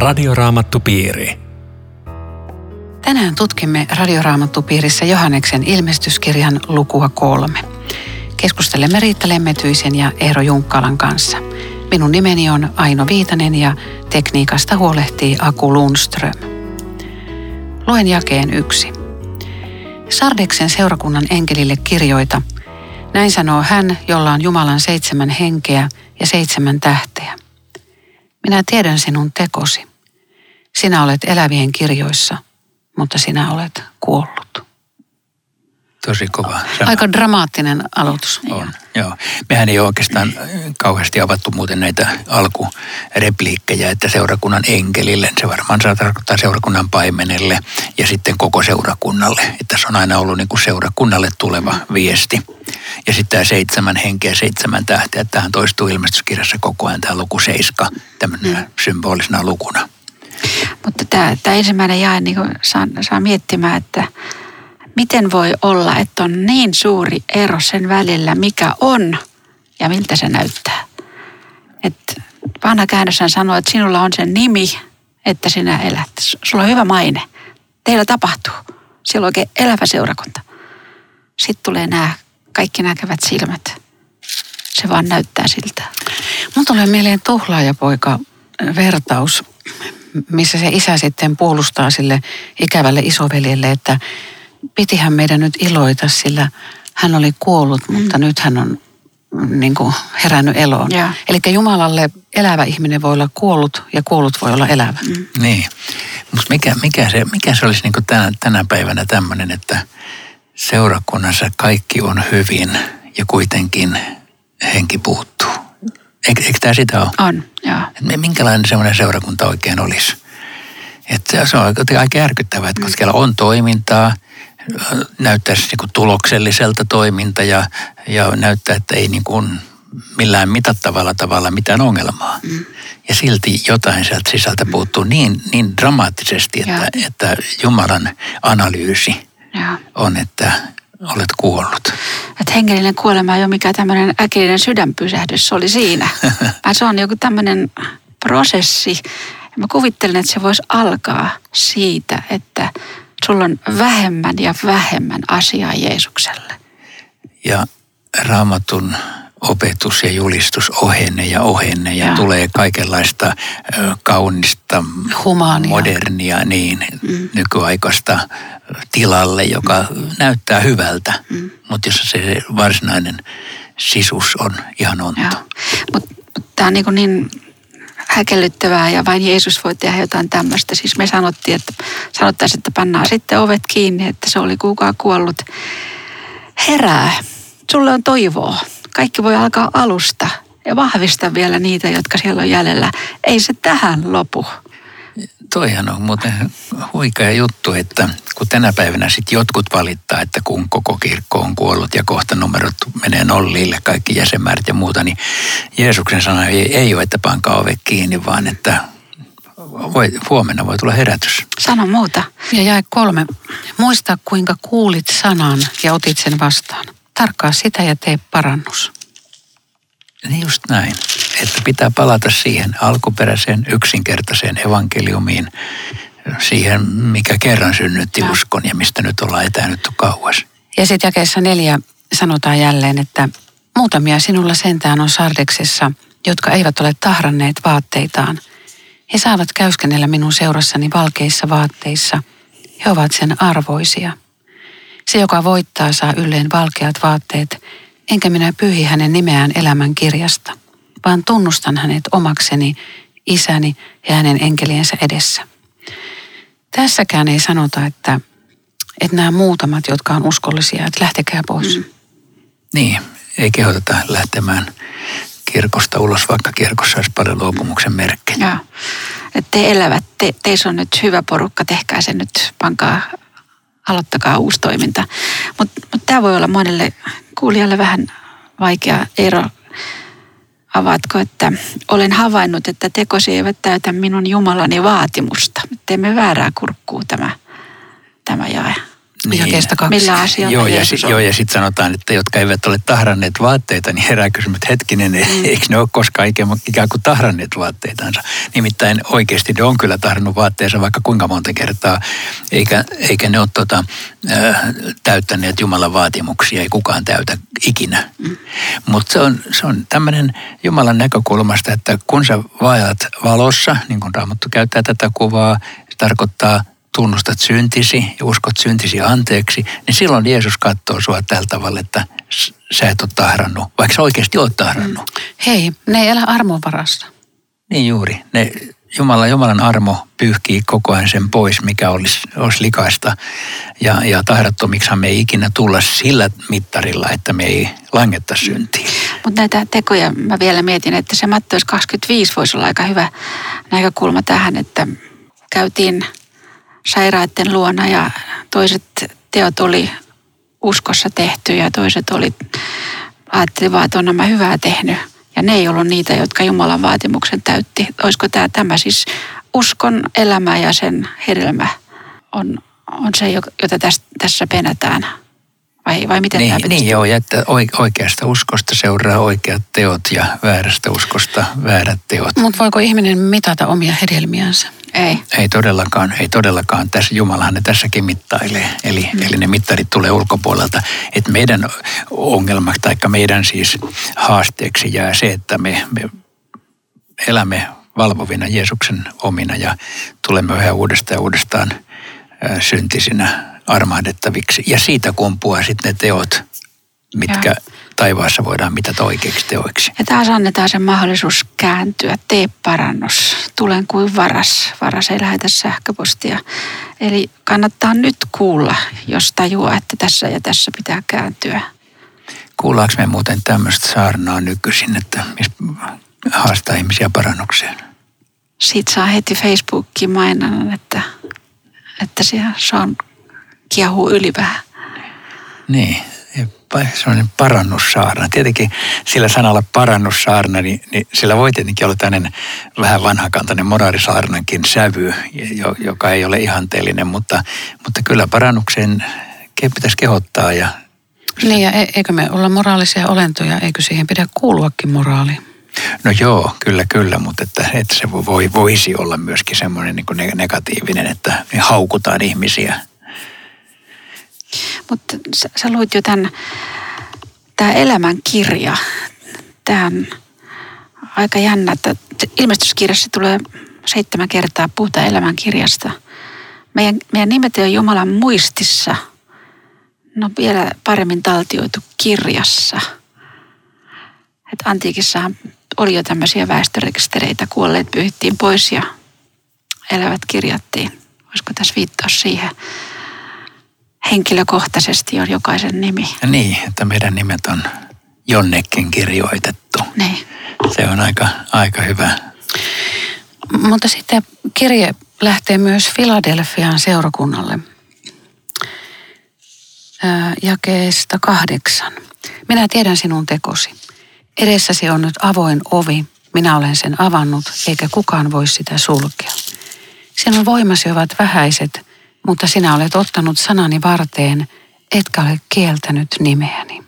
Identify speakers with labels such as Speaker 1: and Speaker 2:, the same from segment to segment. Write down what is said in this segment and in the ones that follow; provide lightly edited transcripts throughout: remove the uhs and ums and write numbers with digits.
Speaker 1: Radioraamattupiiri.
Speaker 2: Tänään tutkimme Radioraamattupiirissä Johanneksen ilmestyskirjan lukua 3. Keskustelemme Riitta Lemmetyisen ja Eero Junkkalan kanssa. Minun nimeni on Aino Viitanen ja tekniikasta huolehtii Aku Lundström. Luen jakeen 1. Sardeksen seurakunnan enkelille kirjoita. Näin sanoo hän, jolla on Jumalan 7 henkeä ja 7 tähteä. Minä tiedän sinun tekosi. Sinä olet elävien kirjoissa, mutta sinä olet kuollut.
Speaker 3: Tosi kova sana.
Speaker 2: Aika dramaattinen aloitus.
Speaker 3: On, joo. Mehän ei ole oikeastaan kauheasti avattu muuten näitä alkurepliikkejä, että seurakunnan enkelille, se varmaan tarkoittaa seurakunnan paimenelle ja sitten koko seurakunnalle. Että tässä on aina ollut niin kuin seurakunnalle tuleva viesti. Ja sitten tämä 7 henkeä, 7 tähteä, tämähän toistuu ilmestyskirjassa koko ajan, tämä luku 7, tämmöinen symbolisena lukuna.
Speaker 4: Mutta tämä ensimmäinen jae niin saa miettimään, että miten voi olla, että on niin suuri ero sen välillä, mikä on ja miltä se näyttää. Että vanha käännöshän sanoo, että sinulla on sen nimi, että sinä elät. Sulla on hyvä maine. Teillä tapahtuu. Siellä on oikein elävä seurakunta. Sitten tulee nämä kaikki näkevät silmät. Se vaan näyttää siltä.
Speaker 2: Mun tulee mieleen Tuhlaajapoika-vertaus, missä se isä sitten puolustaa sille ikävälle isoveljelle, että pitihän meidän nyt iloita, sillä hän oli kuollut, mutta nyt hän on niin kuin herännyt eloon. Eli Jumalalle elävä ihminen voi olla kuollut ja kuollut voi olla elävä.
Speaker 3: Niin, mutta mikä se olisi niin kuin tänä päivänä tämmöinen, että seurakunnassa kaikki on hyvin ja kuitenkin henki puuttuu. Eikö tämä sitä ole?
Speaker 4: On, joo.
Speaker 3: Minkälainen semmoinen seurakunta oikein olisi? Että se on aika järkyttävää, että koska siellä on toimintaa, näyttäisi niin kuin tulokselliselta toiminta ja näyttää, että ei niin kuin millään mitattavalla tavalla mitään ongelmaa. Ja silti jotain sieltä sisältä puuttuu niin dramaattisesti, että Jumalan analyysi on, että olet kuollut.
Speaker 4: Että hengellinen kuolema ei ole mikään tämmöinen äkillinen sydänpysähdys, se oli siinä. Se on joku tämmöinen prosessi. Mä kuvittelen, että se voisi alkaa siitä, että sulla on vähemmän ja vähemmän asiaa Jeesukselle.
Speaker 3: Ja Raamatun opetus ja julistus ohenee ja tulee kaikenlaista kaunista, modernia, nykyaikaista tilalle, joka näyttää hyvältä, mutta jos se varsinainen sisus on ihan onto.
Speaker 4: Mutta tämä on niin häkellyttävää ja vain Jeesus voi tehdä jotain tämmöistä. Siis me sanottaisiin, että pannaan sitten ovet kiinni, että se oli kukaan kuollut. Herää, sulle on toivoa. Kaikki voi alkaa alusta ja vahvistaa vielä niitä, jotka siellä on jäljellä. Ei se tähän lopu.
Speaker 3: Toihan on muuten huikea juttu, että kun tänä päivänä sitten jotkut valittaa, että kun koko kirkko on kuollut ja kohta numerot menee nollille, kaikki jäsenmäärät ja muuta, niin Jeesuksen sana ei ole, että pankaa ove kiinni, vaan että huomenna voi tulla herätys.
Speaker 4: Sano muuta.
Speaker 2: Ja jae 3. Muista, kuinka kuulit sanan ja otit sen vastaan. Tarkkaa sitä ja tee parannus.
Speaker 3: Niin just näin, että pitää palata siihen alkuperäiseen yksinkertaiseen evankeliumiin, siihen mikä kerran synnytti uskon ja mistä nyt ollaan etäännytty kauas.
Speaker 2: Ja sitten jakeessa 4 sanotaan jälleen, että muutamia sinulla sentään on Sardeksessa, jotka eivät ole tahranneet vaatteitaan. He saavat käyskennellä minun seurassani valkeissa vaatteissa. He ovat sen arvoisia. Se, joka voittaa, saa ylleen valkeat vaatteet, enkä minä pyyhi hänen nimeään elämän kirjasta, vaan tunnustan hänet omakseni, isäni ja hänen enkeliensä edessä. Tässäkään ei sanota, että nämä muutamat, jotka on uskollisia, että lähtekää pois.
Speaker 3: Niin, ei kehoteta lähtemään kirkosta ulos, vaikka kirkossa olisi paljon luopumuksen merkkejä.
Speaker 4: Joo, että te elävät, teissä on nyt hyvä porukka, tehkää se nyt, aloittakaa uusi toiminta. Mutta tämä voi olla monelle kuulijalle vähän vaikea. Eero, avaatko, että olen havainnut, että tekosi eivät täytä minun Jumalani vaatimusta. Teemme väärää kurkkuu tämä jae.
Speaker 2: jakeesta 2.
Speaker 4: Millä asialla Jeesus on?
Speaker 3: Ja sitten sanotaan, että jotka eivät ole tahranneet vaatteita, niin herää kysymys, että hetkinen, eikö ne ole koskaan ikään kuin tahranneet vaatteitansa. Nimittäin oikeasti ne on kyllä tahrannut vaatteensa vaikka kuinka monta kertaa, eikä ne ole täyttäneet Jumalan vaatimuksia, ei kukaan täytä ikinä. Mutta se on tämmöinen Jumalan näkökulmasta, että kun sä vaellat valossa, niin kuin Raamattu käyttää tätä kuvaa, se tarkoittaa tunnustat syntisi ja uskot syntisi anteeksi, niin silloin Jeesus katsoo sua tällä tavalla, että sä et ole tahrannut, vaikka sä oikeasti oot tahrannut.
Speaker 2: Hei, ne ei elä armon varassa.
Speaker 3: Niin juuri. Jumalan armo pyyhkii koko ajan sen pois, mikä olisi likaista. Ja tahrattomiksihan me ei ikinä tulla sillä mittarilla, että me ei langetta syntiin.
Speaker 4: Mutta näitä tekoja mä vielä mietin, että se Matteus 25 voisi olla aika hyvä näkökulma tähän, että käytiin sairaiden luona ja toiset teot oli uskossa tehty ja toiset ajattelivat, että on nämä hyvää tehnyt. Ja ne ei ollut niitä, jotka Jumalan vaatimuksen täytti. Olisiko tämä siis uskon elämä ja sen hedelmä on se, jota tässä penätään? Vai miten tämä pitäisi?
Speaker 3: Niin joo, ja että oikeasta uskosta seuraa oikeat teot ja väärästä uskosta väärät teot.
Speaker 2: Mutta voiko ihminen mitata omia hedelmiänsä?
Speaker 4: Ei.
Speaker 3: Ei todellakaan. Tässä Jumalahan ne tässäkin mittailee. Eli ne mittarit tulee ulkopuolelta. Että meidän ongelma, tai meidän siis haasteeksi jää se, että me elämme valvovina Jeesuksen omina ja tulemme yhä uudestaan syntisinä armahdettaviksi. Ja siitä kumpuaa sitten ne teot, mitkä taivaassa voidaan mitata oikeiksi teoiksi.
Speaker 4: Ja taas annetaan sen mahdollisuus kääntyä. Tee parannus. Tulen kuin varas. Varas ei lähetä sähköpostia. Eli kannattaa nyt kuulla, jos tajuaa, että tässä ja tässä pitää kääntyä.
Speaker 3: Kuullaanko me muuten tämmöistä saarnaa nykyisin, että haastaa ihmisiä parannukseen?
Speaker 4: Siitä saa heti Facebookiin mainonnan, että se on kiehuu yli vähän.
Speaker 3: Niin, sellainen parannussaarna. Tietenkin sillä sanalla parannussaarna, niin sillä voi tietenkin olla tämmöinen vähän vanhakantainen moraalisaarnankin sävy, joka ei ole ihanteellinen, mutta kyllä parannukseen pitäisi kehottaa.
Speaker 2: Niin ja eikö me olla moraalisia olentoja, eikö siihen pidä kuuluakin moraali?
Speaker 3: No joo, kyllä, mutta että se voisi olla myöskin semmoinen niin kuin negatiivinen, että me haukutaan ihmisiä.
Speaker 4: Mutta sä luit jo tämä elämän kirja. Tämä on aika jännä, että ilmestyskirjassa tulee 7 kertaa puhutaan elämän kirjasta. Meidän nimet ei ole Jumalan muistissa. No vielä paremmin taltioitu kirjassa. Että antiikissahan oli jo tämmöisiä väestörekistereitä, kuolleet pyyhittiin pois ja elävät kirjattiin. Olisiko tässä viittaus siihen? Henkilökohtaisesti on jokaisen nimi.
Speaker 3: Niin, että meidän nimet on jonnekin kirjoitettu.
Speaker 4: Niin.
Speaker 3: Se on aika hyvä.
Speaker 2: Mutta sitten kirje lähtee myös Filadelfiaan seurakunnalle. Jakeesta 8. Minä tiedän sinun tekosi. Edessäsi on nyt avoin ovi. Minä olen sen avannut, eikä kukaan voi sitä sulkea. Sinun voimasi ovat vähäiset, mutta sinä olet ottanut sanani varteen, etkä ole kieltänyt nimeäni.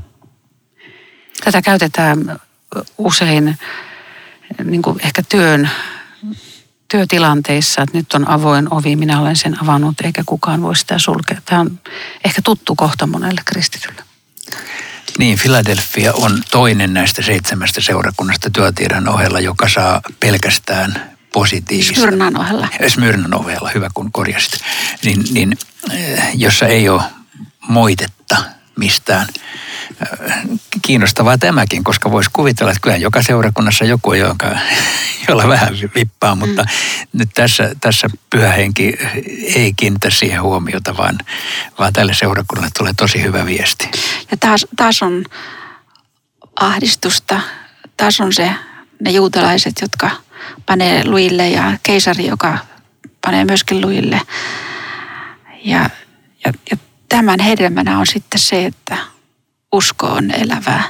Speaker 2: Tätä käytetään usein niin kuin ehkä työtilanteissa, että nyt on avoin ovi, minä olen sen avannut, eikä kukaan voi sitä sulkea. Tämä on ehkä tuttu kohta monelle kristitylle.
Speaker 3: Niin, Philadelphia on toinen näistä 7 seurakunnasta Tyatiiran ohella, joka saa pelkästään positiivista. Smyrnan ohella, hyvä kun korjasit. Niin, jossa ei ole moitetta mistään. Kiinnostavaa tämäkin, koska voisi kuvitella, että kyllä joka seurakunnassa joku, jolla vähän vippaa, mutta nyt tässä Pyhä Henki ei kiinnitä siihen huomiota, vaan tälle seurakunnalle tulee tosi hyvä viesti.
Speaker 4: Ja taas on ahdistusta, taas on ne juutalaiset, jotka panee lujille ja keisari, joka panee myöskin lujille. Ja tämän hedelmänä on sitten se, että usko on elävää.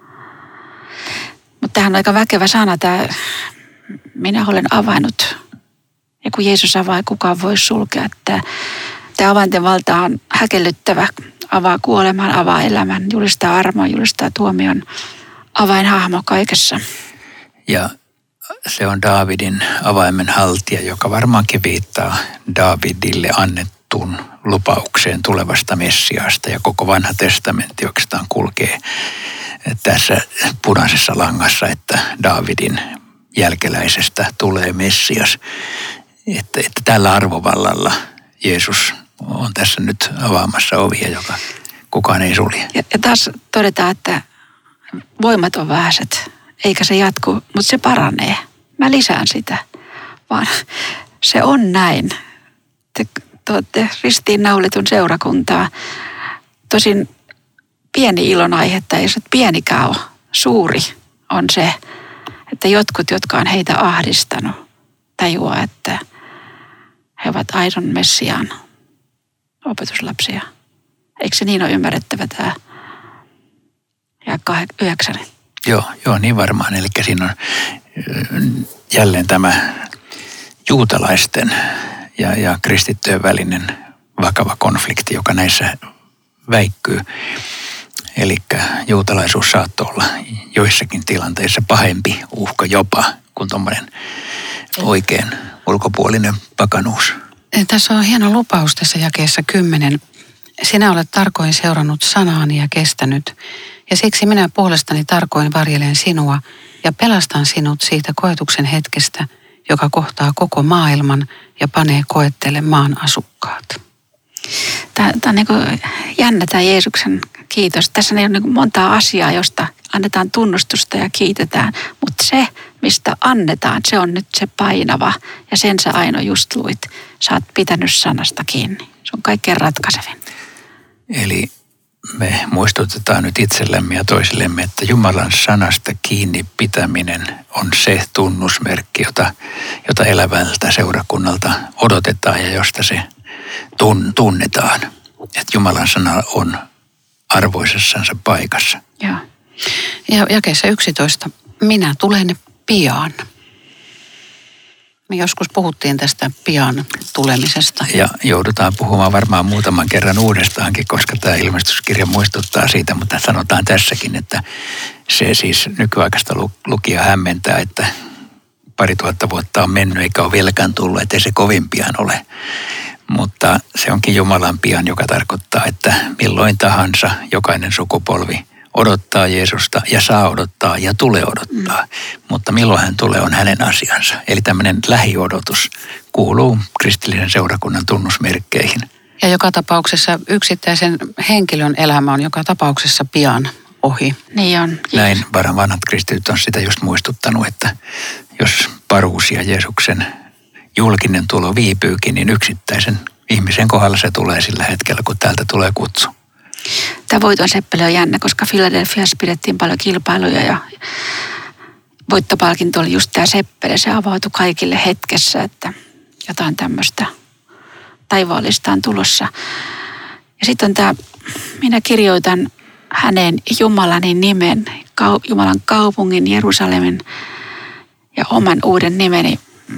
Speaker 4: Mutta tämähän on aika väkevä sana, tämä minä olen avannut. Ja kun Jeesus avaa, kukaan voi sulkea. Tämä avainten valta on häkellyttävä. Avaa kuoleman, avaa elämän, julistaa armon, julistaa tuomion, avainhahmo kaikessa.
Speaker 3: Ja se on Daavidin avaimen haltija, joka varmaankin viittaa Daavidille annettuun lupaukseen tulevasta Messiasta. Ja koko vanha testamentti oikeastaan kulkee tässä punaisessa langassa, että Daavidin jälkeläisestä tulee Messias. Että tällä arvovallalla Jeesus on tässä nyt avaamassa ovia, joka kukaan ei sulje.
Speaker 4: Ja taas todetaan, että voimat on vähäiset, eikä se jatku, mutta se paranee. Mä lisään sitä, vaan se on näin. Te olette ristiinnaulitun seurakuntaa. Tosin pieni ilonaihe, tai jos et pienikään ole, suuri on se, että jotkut, jotka on heitä ahdistanut, tajuaa, että he ovat aidon Messiaan opetuslapsia. Eikö se niin ole ymmärrettävä tämä? Ja 9.
Speaker 3: Joo, niin varmaan. Eli siinä on jälleen tämä juutalaisten ja kristittyjen välinen vakava konflikti, joka näissä väikkyy. Eli juutalaisuus saattoi olla joissakin tilanteissa pahempi uhka jopa kuin tuommoinen oikein ulkopuolinen pakanuus.
Speaker 2: Tässä on hieno lupaus tässä jakeessa 10. Sinä olet tarkoin seurannut sanaani ja kestänyt, ja siksi minä puolestani tarkoin varjelen sinua ja pelastan sinut siitä koetuksen hetkestä, joka kohtaa koko maailman ja panee koetteelle maan asukkaat.
Speaker 4: Tämä on niin kuin jännä tämä Jeesuksen kiitos. Tässä ei ole niin montaa asiaa, josta annetaan tunnustusta ja kiitetään, mutta se, mistä annetaan, se on nyt se painava. Ja sen sä Aino just luit. Sä oot pitänyt sanasta kiinni. Se on kaikkein ratkaisevin.
Speaker 3: Eli me muistutetaan nyt itsellemme ja toisillemme, että Jumalan sanasta kiinni pitäminen on se tunnusmerkki, jota elävältä seurakunnalta odotetaan ja josta se tunnetaan. Että Jumalan sana on arvoisessansa paikassa.
Speaker 2: Joo. Ja jakeessa 11. Minä tulen pian. Me joskus puhuttiin tästä pian tulemisesta.
Speaker 3: Ja joudutaan puhumaan varmaan muutaman kerran uudestaankin, koska tämä ilmestyskirja muistuttaa siitä, mutta sanotaan tässäkin, että se siis nykyaikaista lukijaa hämmentää, että 2000 vuotta on mennyt eikä ole vieläkään tullut, ettei se kovin pian ole. Mutta se onkin Jumalan pian, joka tarkoittaa, että milloin tahansa jokainen sukupolvi odottaa Jeesusta ja saa odottaa ja tulee odottaa. Mutta milloin hän tulee on hänen asiansa. Eli tämmöinen lähiodotus kuuluu kristillisen seurakunnan tunnusmerkkeihin.
Speaker 2: Ja joka tapauksessa yksittäisen henkilön elämä on joka tapauksessa pian ohi.
Speaker 4: Niin on.
Speaker 3: Näin vanhat kristityt on sitä just muistuttanut, että jos paruus ja Jeesuksen julkinen tulo viipyykin, niin yksittäisen ihmisen kohdalla se tulee sillä hetkellä, kun täältä tulee kutsu.
Speaker 4: Tämä voiton seppele on jännä, koska Filadelfiassa pidettiin paljon kilpailuja ja voittopalkinto oli just tämä seppele. Se avautui kaikille hetkessä, että jotain tämmöistä taivaallista on tulossa. Ja sitten on tämä, minä kirjoitan hänen Jumalani nimen, Jumalan kaupungin, Jerusalemin ja oman uuden nimeni.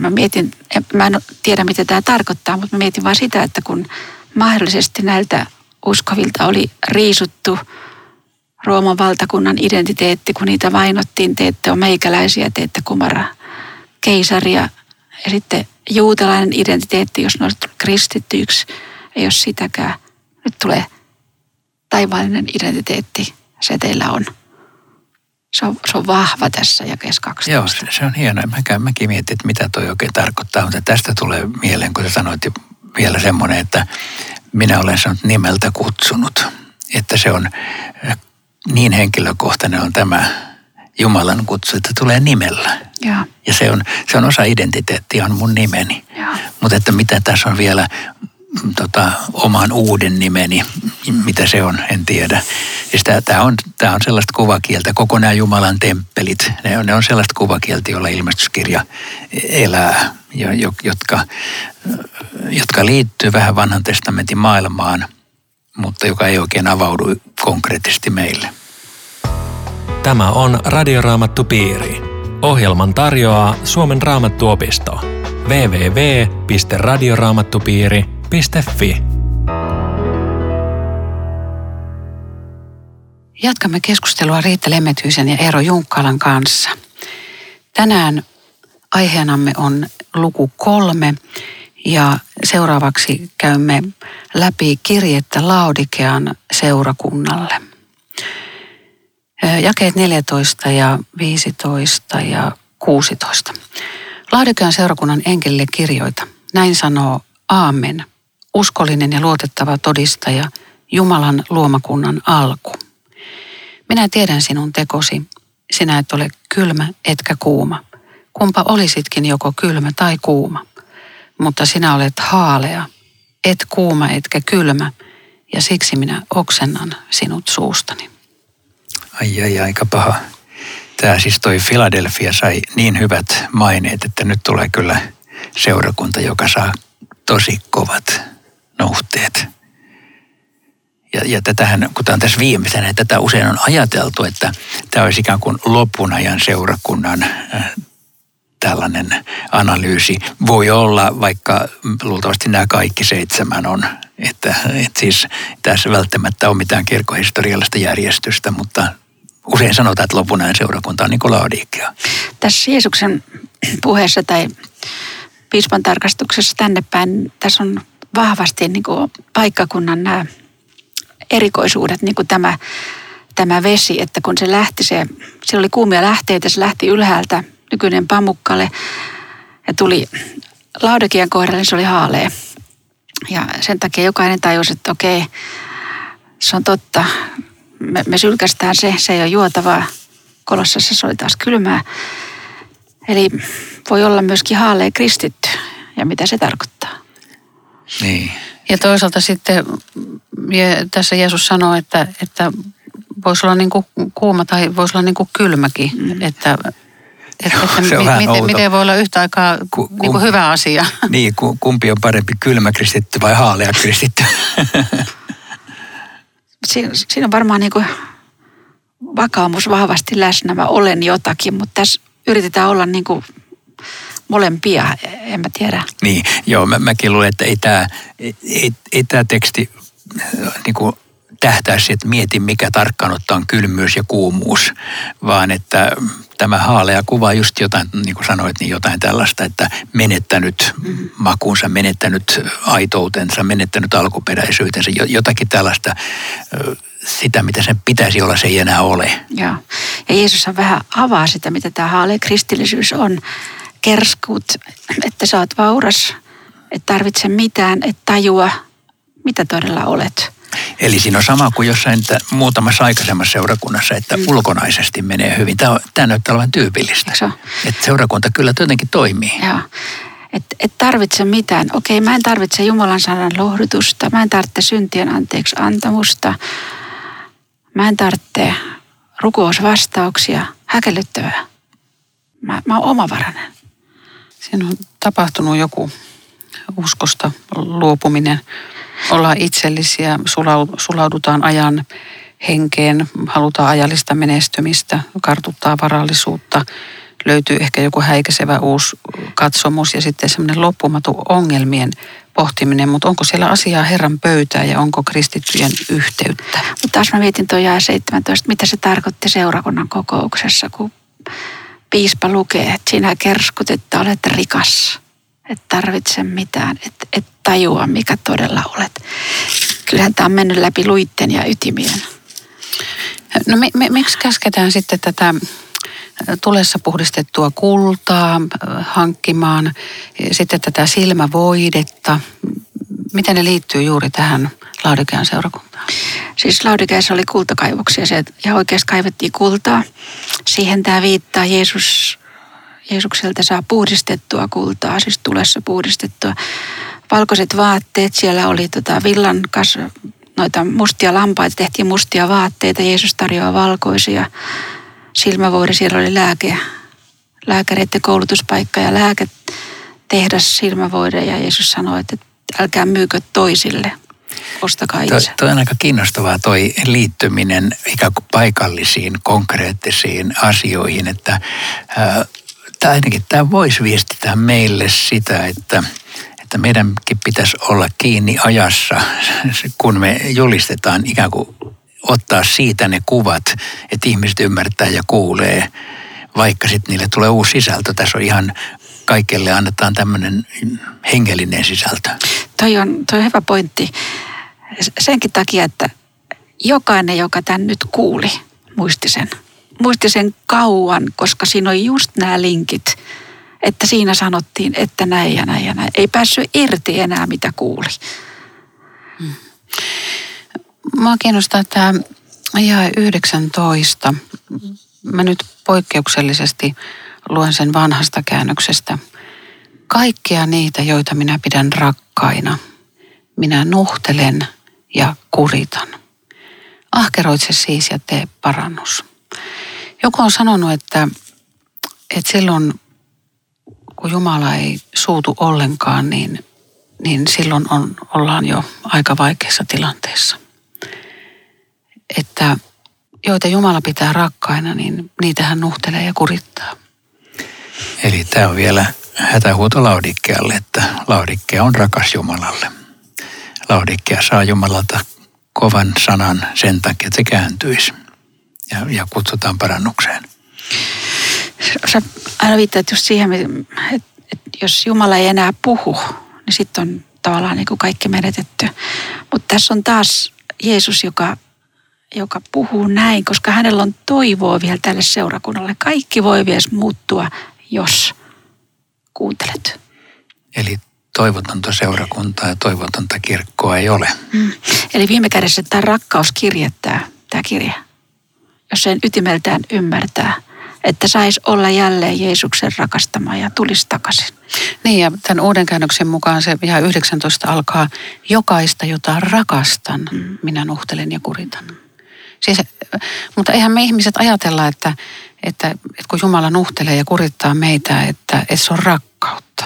Speaker 4: Mä en tiedä mitä tämä tarkoittaa, mutta mä mietin vaan sitä, että kun mahdollisesti näiltä uskovilta oli riisuttu Rooman valtakunnan identiteetti, kun niitä vainottiin, te ette ole meikäläisiä, te ette kumara keisaria. Ja sitten juutalainen identiteetti, jos ne olisivat kristittyiksi, ei ole sitäkään. Nyt tulee taivaallinen identiteetti, se teillä on. Se on vahva tässä jakeessa 12.
Speaker 3: Joo, se on hienoa. Mäkin mietin, että mitä toi oikein tarkoittaa, mutta tästä tulee mieleen, kun sä sanoit vielä semmoinen, että minä olen sanonut nimeltä kutsunut. Että se on niin henkilökohtainen on tämä Jumalan kutsu, että tulee nimellä. Ja se on osa identiteettiä, on mun nimeni. Mutta että mitä tässä on vielä oman uuden nimeni, mitä se on, en tiedä. Siis tämä on sellaista kuvakieltä, koko nämä Jumalan temppelit, ne on sellaista kuvakieltä, jolla ilmestyskirja elää, jotka liittyy vähän vanhan testamentin maailmaan, mutta joka ei oikein avaudu konkreettisesti meille.
Speaker 1: Tämä on Radioraamattupiiri. Ohjelman tarjoaa Suomen Raamattuopisto. www.radioraamattupiiri.fi
Speaker 2: Jatkamme keskustelua Riitta Lemmetyisen ja Eero Junkkalan kanssa. Tänään aiheenamme on luku 3 ja seuraavaksi käymme läpi kirjettä Laodikean seurakunnalle. Jakeet 14 ja 15 ja 16. Laodikean seurakunnan enkelille kirjoita. Näin sanoo Aamen, uskollinen ja luotettava todistaja, Jumalan luomakunnan alku. Minä tiedän sinun tekosi, sinä et ole kylmä etkä kuuma. Kumpa olisitkin joko kylmä tai kuuma. Mutta sinä olet haalea, et kuuma etkä kylmä, ja siksi minä oksennan sinut suustani.
Speaker 3: Ai, aika paha. Tämä siis toi Philadelphia sai niin hyvät maineet, että nyt tulee kyllä seurakunta, joka saa tosi kovat nuhteet. Ja tätähän, kun tämä on tässä viimeisenä, tätä usein on ajateltu, että tämä olisi ikään kuin lopun ajan seurakunnan tällainen analyysi. Voi olla, vaikka luultavasti nämä kaikki 7 on. Että siis tässä välttämättä on mitään kirkkohistoriallista järjestystä, mutta usein sanotaan, että lopun ajan seurakunta on niin kuin Laodikea.
Speaker 4: Tässä Jeesuksen puheessa tai piispan tarkastuksessa tänne päin, tässä on vahvasti niin kuin paikkakunnan nämä erikoisuudet, niin kuin tämä vesi, että kun se lähti, siellä oli kuumia lähteitä, se lähti ylhäältä, nykyinen Pamukkale, ja tuli Laodikian kohdalle, niin se oli haalea. Ja sen takia jokainen tajusi, että okei, se on totta, me sylkästään se ei ole juotavaa. Kolossassa se oli taas kylmää. Eli voi olla myöskin haalea kristitty, ja mitä se tarkoittaa.
Speaker 3: Niin.
Speaker 2: Ja toisaalta sitten tässä Jeesus sanoo, että voisi olla niin kuin kuuma tai voisi olla niin kuin kylmäkin. Että miten voi olla yhtä aikaa niin kuin hyvä asia.
Speaker 3: Niin, kumpi on parempi, kylmä kristitty vai haalea kristitty?
Speaker 4: Siinä on varmaan niin kuin vakaumus vahvasti läsnä. Mä olen jotakin, mutta tässä yritetään olla niin kuin molempia, en mä tiedä.
Speaker 3: Niin, joo, mäkin luulen, että ei tämä teksti niin kuin tähtää siihen, että mieti mikä tarkkaan ottaen kylmyys ja kuumuus, vaan että tämä haalea kuvaa just jotain, niin kuin sanoit, niin jotain tällaista, että menettänyt makuunsa, menettänyt aitoutensa, menettänyt alkuperäisyytensä, jotakin tällaista, sitä mitä sen pitäisi olla, se ei enää ole.
Speaker 4: Joo, ja Jeesus vähän avaa sitä, mitä tämä haalea kristillisyys on. Kerskut, että sä oot vauras, et tarvitse mitään, et tajua, mitä todella olet.
Speaker 3: Eli siinä on sama kuin jossain muutamassa aikaisemmassa seurakunnassa, että ulkonaisesti menee hyvin. Tämä näyttää olevan tyypillistä. Että seurakunta kyllä jotenkin toimii.
Speaker 4: Joo. Et tarvitse mitään. Okei, mä en tarvitse Jumalan sanan lohdutusta. Mä en tarvitse syntien anteeksi antamusta. Mä en tarvitse rukousvastauksia. Häkellyttävää. Mä oon omavarainen.
Speaker 2: Siinä on tapahtunut joku uskosta luopuminen. Ollaan itsellisiä, sulaudutaan ajan henkeen, halutaan ajallista menestymistä, kartuttaa varallisuutta, löytyy ehkä joku häikäisevä uusi katsomus ja sitten semmoinen loppumaton ongelmien pohtiminen, mutta onko siellä asiaa Herran pöytää ja onko kristittyjen yhteyttä?
Speaker 4: Mutta taas mä mietin tuo jae 17, mitä se tarkoitti seurakunnan kokouksessa, kun piispa lukee, että sinä kerskut, että olet rikas, et tarvitse mitään, et tajua, mikä todella olet. Kyllähän tämä on mennyt läpi luitten ja ytimien.
Speaker 2: No miksi käsketään sitten tätä tulessa puhdistettua kultaa hankkimaan, sitten tätä silmävoidetta? Miten ne liittyy juuri tähän Laodikean seurakuntaan?
Speaker 4: Siis Laodikeassa oli kultakaivoksia ja oikeasti kaivettiin kultaa. Siihen tämä viittaa Jeesukselta saa puhdistettua kultaa, siis tulessa puhdistettua. Valkoiset vaatteet, siellä oli villan noita mustia lampaita, tehtiin mustia vaatteita. Jeesus tarjoaa valkoisia. Silmävoide, siellä oli lääkäreiden koulutuspaikka ja lääketehdas silmävoide. Ja Jeesus sanoi, että älkää myykö toisille, ostakaa itse.
Speaker 3: Toi on aika kiinnostavaa toi liittyminen ikään kuin paikallisiin, konkreettisiin asioihin, että tämä voisi viestittää meille sitä, että meidänkin pitäisi olla kiinni ajassa, kun me julistetaan ikään kuin ottaa siitä ne kuvat, että ihmiset ymmärtää ja kuulee, vaikka sitten niille tulee uusi sisältö. Tässä on ihan kaikille annetaan tämmöinen hengellinen sisältö.
Speaker 4: Toi on hyvä pointti. Senkin takia, että jokainen, joka tämän nyt kuuli, muisti sen kauan, koska siinä on just nämä linkit, että siinä sanottiin, että näin ja näin ja näin. Ei päässyt irti enää, mitä kuuli.
Speaker 2: Mua kiinnostaa tämä jae 19. Mä nyt poikkeuksellisesti luen sen vanhasta käännöksestä. Kaikkia niitä, joita minä pidän rakkaina, minä nuhtelen ja kuritan. Ahkeroitse siis ja tee parannus. Joku on sanonut, että silloin kun Jumala ei suutu ollenkaan, niin silloin ollaan jo aika vaikeassa tilanteessa. Että joita Jumala pitää rakkaina, niin niitä hän nuhtelee ja kurittaa.
Speaker 3: Eli tämä on vielä hätähuuto Laodikealle, että Laodikea on rakas Jumalalle. Laodikea saa Jumalalta kovan sanan sen takia, että se kääntyisi ja kutsutaan parannukseen.
Speaker 4: Sä aina viittaat just siihen, että jos Jumala ei enää puhu, niin sitten on tavallaan niin kuin kaikki menetetty. Mutta tässä on taas Jeesus, joka puhuu näin, koska hänellä on toivoa vielä tälle seurakunnalle. Kaikki voi vielä muuttua, jos kuuntelet.
Speaker 3: Eli toivotonta seurakuntaa ja toivotonta kirkkoa ei ole.
Speaker 4: Eli viime kädessä tämä rakkauskirje, tämä kirja, jos sen ytimeltään ymmärtää, että saisi olla jälleen Jeesuksen rakastama ja tulisi takaisin.
Speaker 2: Niin, ja tämän uuden käännöksen mukaan se ihan 19 alkaa, jokaista, jota rakastan, minä nuhtelen ja kuritan. Siis, mutta eihän me ihmiset ajatella, että kun Jumala nuhtelee ja kurittaa meitä, että se on rakkautta.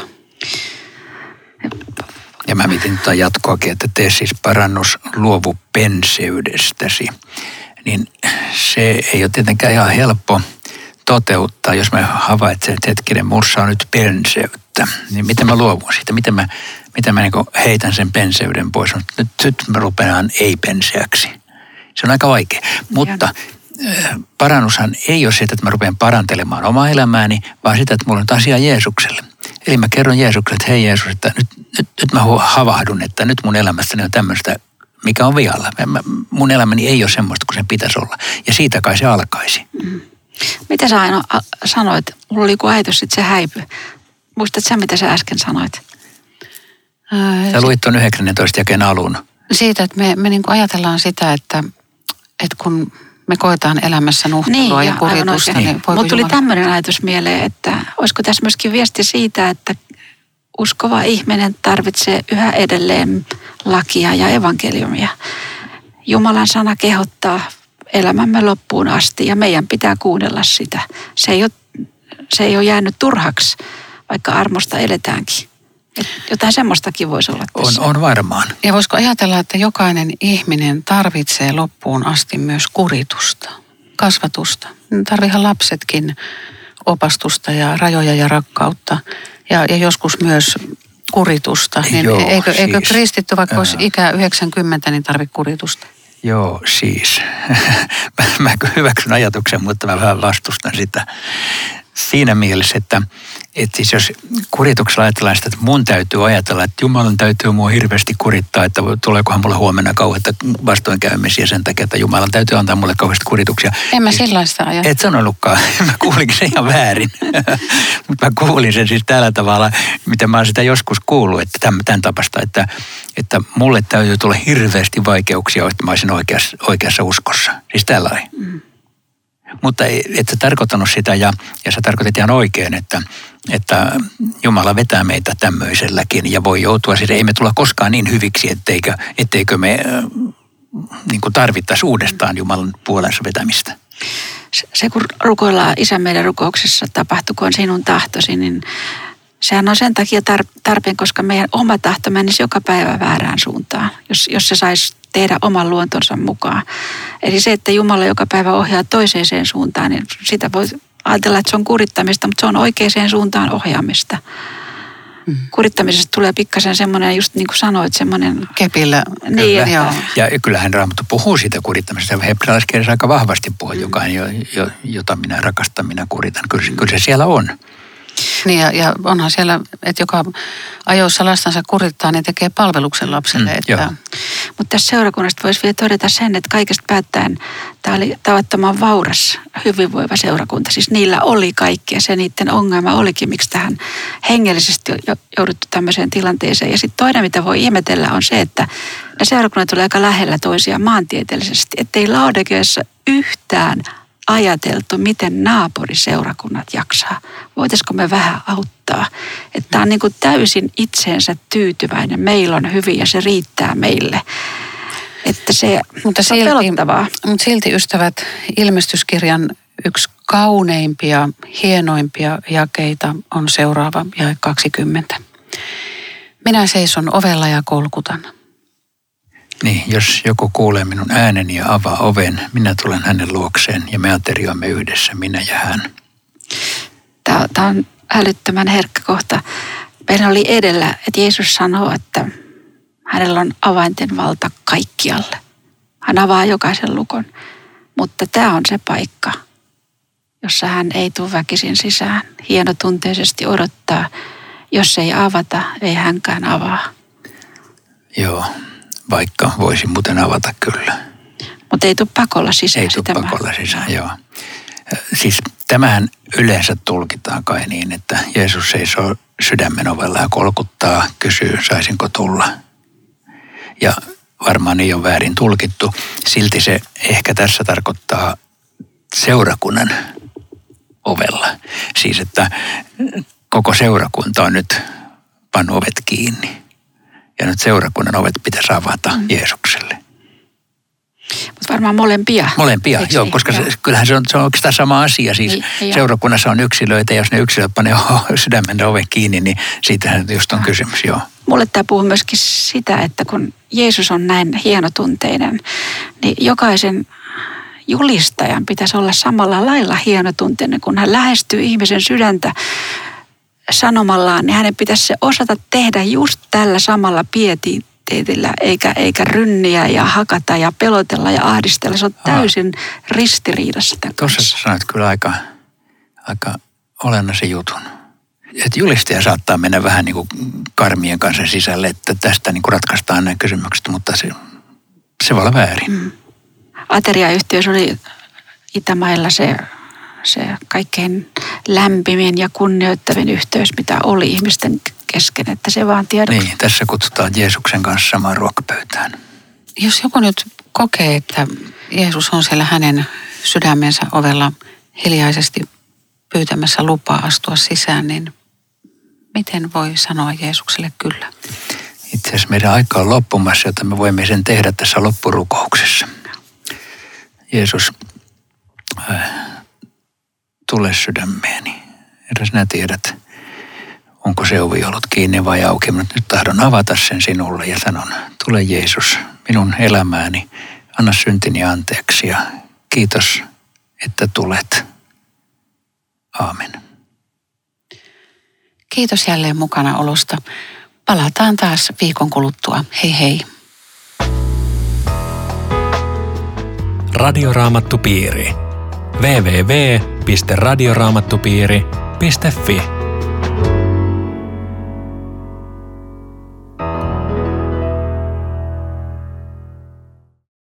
Speaker 3: Ja mä mietin jatkoakin, että tee siis parannus, luovu penseydestäsi. Niin se ei ole tietenkään ihan helppo toteuttaa, jos mä havaitsen, että hetkinen, mussa on nyt penseyttä. Niin miten mä luovun siitä? Miten mä niin heitän sen penseyden pois? Nyt mä rupean ei-penseäksi. Se on aika vaikea. Mutta parannushan ei ole sitä, että mä rupean parantelemaan omaa elämääni, vaan sitä, että mulla on asia Jeesukselle. Eli mä kerron Jeesukselle, että hei Jeesus, että nyt mä havahdun, että nyt mun elämässäni on tämmöistä, mikä on vialla. Mun elämäni ei ole semmoista kuin sen pitäisi olla. Ja siitä kai se alkaisi.
Speaker 4: Mitä sä aina sanoit? Mulla oli joku ajatus, että se häipyi. Muistatko sä, mitä sä äsken sanoit?
Speaker 3: Sä luit tuon 19 jakeen alun.
Speaker 2: Siitä, että me niin kuin ajatellaan sitä, että kun me koetaan elämässä nuhtelua ja kuritusta, niin voiko
Speaker 4: Mutta tuli
Speaker 2: Jumala...
Speaker 4: tämmöinen ajatus mieleen, että olisiko tässä myöskin viesti siitä, että uskova ihminen tarvitsee yhä edelleen lakia ja evankeliumia. Jumalan sana kehottaa elämämme loppuun asti ja meidän pitää kuunnella sitä. Se ei ole jäänyt turhaksi, vaikka armosta eletäänkin. Jotain semmoistakin voisi olla tässä.
Speaker 3: On varmaan.
Speaker 2: Ja voisiko ajatella, että jokainen ihminen tarvitsee loppuun asti myös kuritusta, kasvatusta. Tarvihan lapsetkin opastusta ja rajoja ja rakkautta ja joskus myös kuritusta. Niin
Speaker 3: Joo,
Speaker 2: eikö
Speaker 3: siis,
Speaker 2: kristitty, vaikka olisi ikä 90, niin tarvitse kuritusta?
Speaker 3: Joo, siis. Mä hyväksyn ajatuksen, mutta mä vähän vastustan sitä. Siinä mielessä, että siis jos kurituksella ajatellaan sitä, että mun täytyy ajatella, että Jumalan täytyy mua hirveästi kurittaa, että tuleekohan mulle huomenna kauheita vastoinkäymisiä sen takia, että Jumalan täytyy antaa mulle kauheasti kurituksia.
Speaker 2: En mä sellaista ajattele.
Speaker 3: Et sanonutkaan. Mä kuulinkin sen ihan väärin. Mutta mä kuulin sen siis tällä tavalla, miten mä oon sitä joskus kuullut, että tämän tapasta, että mulle täytyy tulla hirveästi vaikeuksia, että mä olisin oikeassa uskossa. Siis tällainen. Mutta et sä tarkoittanut sitä ja sä tarkoitit ihan oikein, että Jumala vetää meitä tämmöiselläkin ja voi joutua siis, ei me tulla koskaan niin hyviksi, etteikö me niin kuin tarvittaisi uudestaan Jumalan puolensa vetämistä.
Speaker 4: Se kun rukoillaan Isän meidän rukouksessa, tapahtukoon sinun tahtosi, niin sehän on sen takia tarpeen, koska meidän oma tahto menisi joka päivä väärään suuntaan, jos se saisi tehdä oman luontonsa mukaan. Eli se, että Jumala joka päivä ohjaa toiseen suuntaan, niin sitä voi ajatella, että se on kurittamista, mutta se on oikeaan suuntaan ohjaamista. Kurittamisesta tulee pikkasen semmoinen, just niin kuin sanoit, semmoinen...
Speaker 2: Kepillä.
Speaker 4: Niin,
Speaker 3: Kyllä. Ja kyllähän Raamattu puhuu siitä kurittamisesta. Hebrealaiskirjassa aika vahvasti puhuu, jokainen, jota minä rakastan, minä kuritan. Kyllä se siellä on.
Speaker 2: Niin ja onhan siellä, että joka ajoissa lastansa kurittaa, niin tekee palveluksen lapselle.
Speaker 4: Mutta tässä seurakunnasta voisi vielä todeta sen, että kaikesta päättäen tämä oli tavattoman vauras, hyvinvoiva seurakunta. Siis niillä oli kaikki ja se niiden ongelma olikin, miksi tähän hengellisesti jouduttu tämmöiseen tilanteeseen. Ja sitten toinen, mitä voi ihmetellä, on se, että ne seurakunnat tulee aika lähellä toisiaan maantieteellisesti, ettei Laodikeassa yhtään ajateltu, miten naapuriseurakunnat jaksaa. Voitaisiko me vähän auttaa? Että tämä on niin kuin täysin itseensä tyytyväinen. Meillä on hyvin ja se riittää meille. Että se on pelottavaa.
Speaker 2: Mutta silti ystävät, ilmestyskirjan yksi kauneimpia, hienoimpia jakeita on seuraava jae 20. Minä seison ovella ja kolkutan.
Speaker 3: Niin, jos joku kuulee minun ääneni ja avaa oven, minä tulen hänen luokseen ja me aterioimme yhdessä, minä ja hän.
Speaker 4: Tämä on älyttömän herkkä kohta. Meillä oli edellä, että Jeesus sanoo, että hänellä on avainten valta kaikkialle. Hän avaa jokaisen lukon, mutta tämä on se paikka, jossa hän ei tule väkisin sisään. Hienotunteisesti odottaa, jos ei avata, ei hänkään avaa.
Speaker 3: Joo. Vaikka voisi muuten avata kyllä.
Speaker 4: Mutta ei tule pakolla sisään.
Speaker 3: Ei tule pakolla sisään, joo. Siis tämähän yleensä tulkitaan kai niin, että Jeesus seisoo sydämen ovella ja kolkuttaa, kysyy, saisinko tulla. Ja varmaan ei ole väärin tulkittu. Silti se ehkä tässä tarkoittaa seurakunnan ovella. Siis että koko seurakunta on nyt pannut ovet kiinni. Ja nyt seurakunnan ovet pitäisi avata Jeesukselle.
Speaker 4: Mutta varmaan molempia.
Speaker 3: Molempia, joo, koska kyllähän se on oikeastaan sama asia. Siis seurakunnassa on yksilöitä, ja jos ne yksilöt panee sydämen oven kiinni, niin siitähän just on kysymys, joo.
Speaker 4: Mulle tämä puhuu myöskin sitä, että kun Jeesus on näin hienotunteinen, niin jokaisen julistajan pitäisi olla samalla lailla hienotunteinen, kun hän lähestyy ihmisen sydäntä sanomallaan, niin hänen pitäisi se osata tehdä just tällä samalla pietiteetillä, eikä rynniä ja hakata ja pelotella ja ahdistella. Se on täysin ristiriidassa tämän kanssa.
Speaker 3: Tuossa sanoit kyllä aika olennaisen jutun. Että julistaja saattaa mennä vähän niin kuin karmien kanssa sisälle, että tästä niin kuin ratkaistaan nämä kysymykset, mutta se voi olla väärin.
Speaker 4: Ateriayhteys oli Itämailla se kaikkein lämpimin ja kunnioittavin yhteys, mitä oli ihmisten kesken, että se vaan tiedoksi.
Speaker 3: Niin, tässä kutsutaan Jeesuksen kanssa samaan ruokapöytään.
Speaker 2: Jos joku nyt kokee, että Jeesus on siellä hänen sydämensä ovella hiljaisesti pyytämässä lupaa astua sisään, niin miten voi sanoa Jeesukselle kyllä?
Speaker 3: Itse asiassa meidän aika on loppumassa, jotta me voimme sen tehdä tässä loppurukouksessa. Jeesus, tule sydämeeni. Herra, sinä tiedät, onko se ovi ollut kiinni vai auki, mutta nyt tahdon avata sen sinulle ja sanon, tule Jeesus minun elämääni, anna syntini anteeksi ja kiitos, että tulet. Aamen.
Speaker 2: Kiitos jälleen mukana olosta. Palataan taas viikon kuluttua. Hei hei.
Speaker 1: Radioraamattupiiri. www.radioraamattupiiri.fi